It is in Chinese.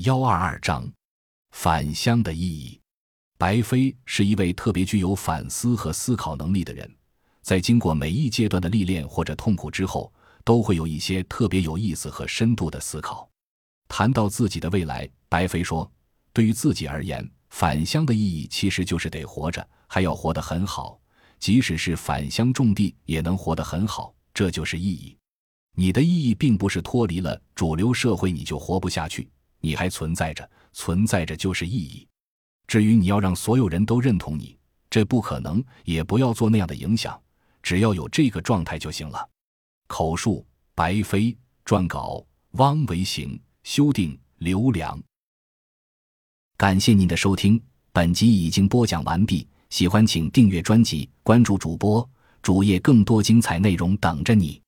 122章返乡的意义。白飞是一位特别具有反思和思考能力的人，在经过每一阶段的历练或者痛苦之后，都会有一些特别有意思和深度的思考。谈到自己的未来，白飞说，对于自己而言，返乡的意义其实就是得活着，还要活得很好，即使是返乡种地也能活得很好，这就是意义。你的意义并不是脱离了主流社会你就活不下去，你还存在着，存在着就是意义。至于你要让所有人都认同你，这不可能，也不要做那样的影响，只要有这个状态就行了。口述：白飞，撰稿：汪维行，修订：刘良。感谢您的收听，本集已经播讲完毕，喜欢请订阅专辑，关注主播，主页更多精彩内容等着你。